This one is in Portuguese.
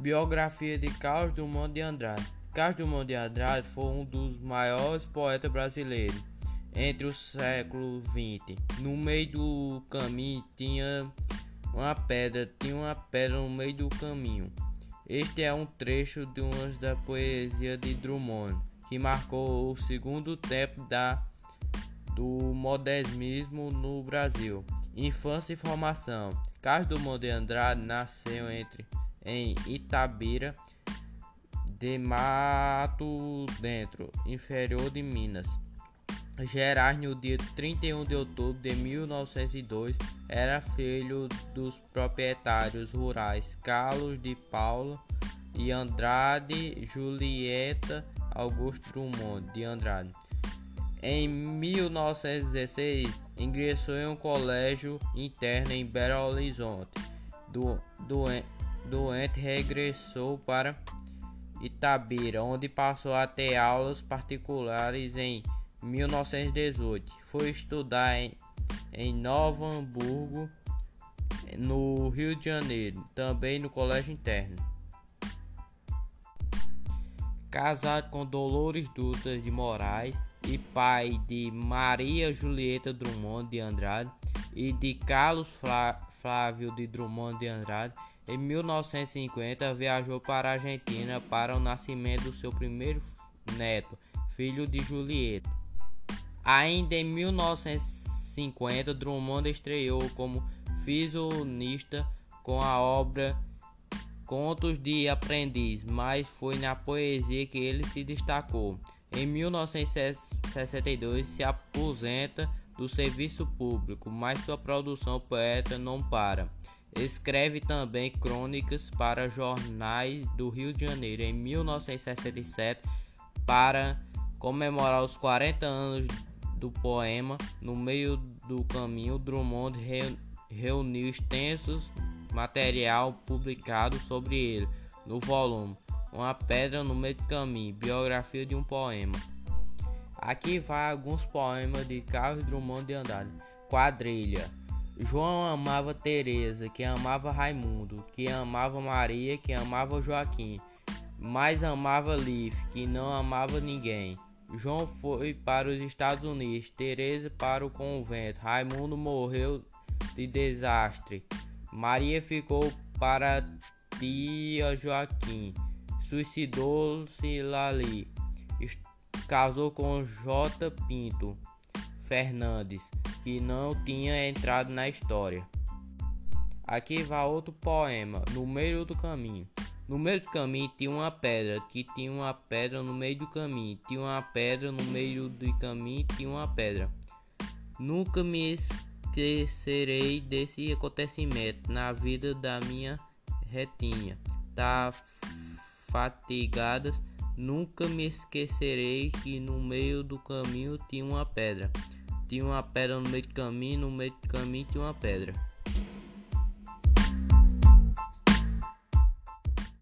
Biografia de Carlos Drummond de Andrade. Carlos Drummond de Andrade foi um dos maiores poetas brasileiros entre o século XX. No meio do caminho tinha uma pedra no meio do caminho. Este é um trecho de uma da poesia de Drummond, que marcou o segundo tempo do modernismo no Brasil. Infância e formação. Carlos Drummond de Andrade nasceu em Itabira de Mato Dentro, interior de Minas Gerais, no dia 31 de outubro de 1902. Era filho dos proprietários rurais Carlos de Paula e Andrade Julieta Augusto Drummond de Andrade. Em 1916, ingressou em um colégio interno em Belo Horizonte. Doente, regressou para Itabira, onde passou a ter aulas particulares. Em 1918, foi estudar em Novo Hamburgo, no Rio de Janeiro, também no colégio interno. Casado com Dolores Dutra de Moraes e pai de Maria Julieta Drummond de Andrade e de Carlos Flávio de Drummond de Andrade, em 1950 viajou para a Argentina para o nascimento do seu primeiro neto, filho de Julieta. Ainda em 1950, Drummond estreou como ficcionista com a obra Contos de Aprendiz, mas foi na poesia que ele se destacou. Em 1962 se aposenta do serviço público, mas sua produção poética não para. Escreve também crônicas para jornais do Rio de Janeiro. Em 1967, para comemorar os 40 anos do poema, No Meio do Caminho, Drummond reuniu extensos material publicado sobre ele no volume Uma Pedra no Meio do Caminho, biografia de um poema. Aqui vai alguns poemas de Carlos Drummond de Andrade. Quadrilha. João amava Teresa, que amava Raimundo, que amava Maria, que amava Joaquim, mas amava Liv, que não amava ninguém. João foi para os Estados Unidos, Teresa para o convento, Raimundo morreu de desastre, Maria ficou para tia Joaquim, suicidou-se Lali, casou com J. Pinto Fernandes, que não tinha entrado na história. Aqui vai outro poema, No Meio do Caminho. No meio do caminho tinha uma pedra, que tinha uma pedra no meio do caminho, tinha uma pedra no meio do caminho, tinha uma pedra. Nunca me esquecerei desse acontecimento na vida da minha retinha. Tá fatigadas, nunca me esquecerei que no meio do caminho tinha uma pedra. Tinha uma pedra no meio do caminho tinha uma pedra.